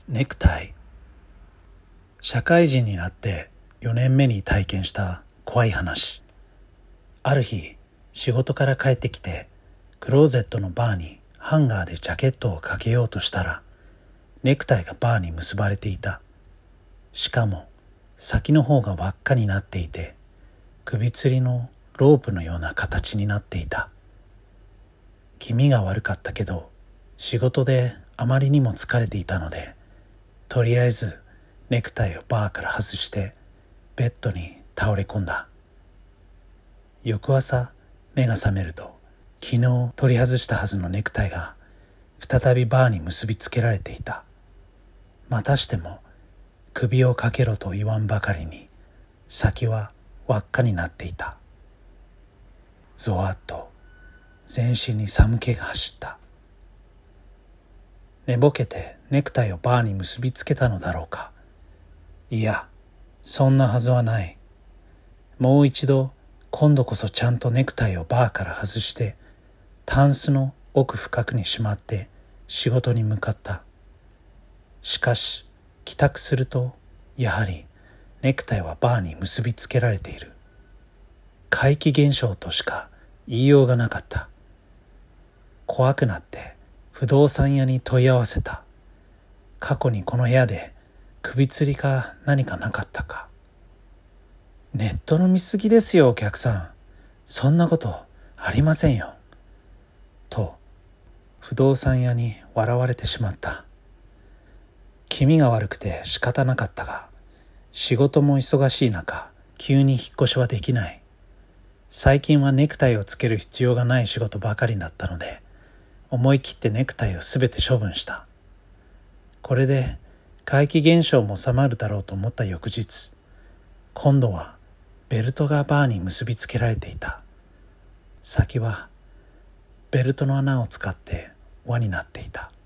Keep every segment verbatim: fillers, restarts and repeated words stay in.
ネクタイ。社会人になってよねんめに体験した怖い話。ある日、仕事から帰ってきてクローゼットのバーにハンガーでジャケットをかけようとしたら、ネクタイがバーに結ばれていた。しかも先の方が輪っかになっていて、首吊りのロープのような形になっていた。気味が悪かったけど、仕事であまりにも疲れていたので、とりあえずネクタイをバーから外してベッドに倒れ込んだ。翌朝目が覚めると、昨日取り外したはずのネクタイが再びバーに結びつけられていた。またしても首をかけろと言わんばかりに、先は輪っかになっていた。ゾワッと全身に寒気が走った。寝ぼけてネクタイをバーに結びつけたのだろうか。いや、そんなはずはない。もう一度、今度こそちゃんとネクタイをバーから外して、タンスの奥深くにしまって仕事に向かった。しかし、帰宅すると、やはりネクタイはバーに結びつけられている。怪奇現象としか言いようがなかった。怖くなって不動産屋に問い合わせた。過去にこの部屋で首吊りか何かなかったか。ネットの見過ぎですよ、お客さん。そんなことありませんよ。と、不動産屋に笑われてしまった。気味が悪くて仕方なかったが、仕事も忙しい中、急に引っ越しはできない。最近はネクタイをつける必要がない仕事ばかりだったので、思い切ってネクタイをすべて処分した。これで怪奇現象も収まるだろうと思った翌日、今度はベルトがバーに結びつけられていた。先はベルトの穴を使って輪になっていた。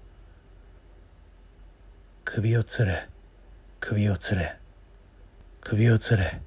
首をつれ、首をつれ、首をつれ。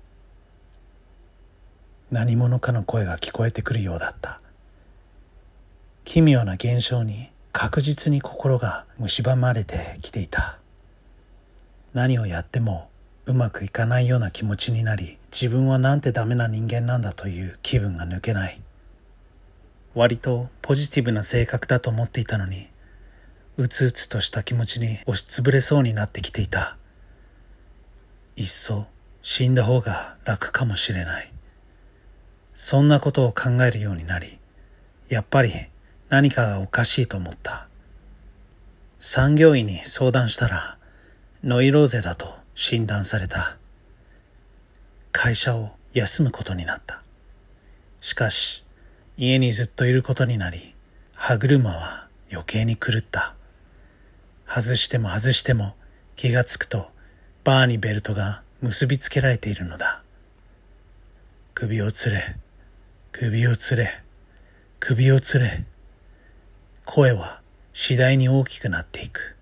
何者かの声が聞こえてくるようだった。奇妙な現象に確実に心が蝕まれてきていた。何をやってもうまくいかないような気持ちになり、自分はなんてダメな人間なんだという気分が抜けない。割とポジティブな性格だと思っていたのに、うつうつとした気持ちに押しつぶれそうになってきていた。いっそ死んだ方が楽かもしれない。そんなことを考えるようになり、やっぱり何かがおかしいと思った。産業医に相談したら、ノイローゼだと診断された。会社を休むことになった。しかし、家にずっといることになり、歯車は余計に狂った。外しても外しても気がつくと、バーにベルトが結びつけられているのだ。首をつれ、首をつれ、首をつれ。声は次第に大きくなっていく。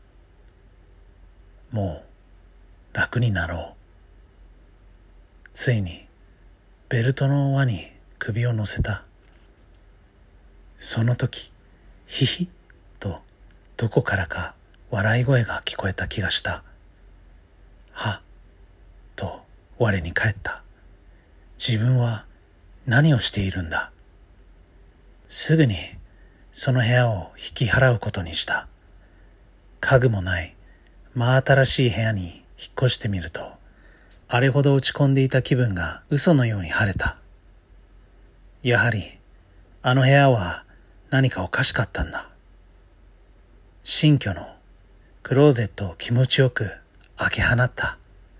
もう楽になろう。ついにベルトの輪に首を乗せた。その時、ヒヒッとどこからか笑い声が聞こえた気がした。はっと我に返った。自分は何をしているんだ。すぐにその部屋を引き払うことにした。家具もない真新しい部屋に引っ越してみると、あれほど落ち込んでいた気分が嘘のように晴れた。やはりあの部屋は何かおかしかったんだ。新居のクローゼットを気持ちよく開け放った。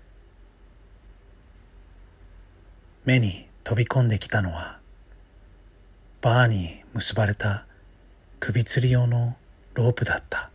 目に飛び込んできたのは、バーに結ばれた首吊り用のロープだった。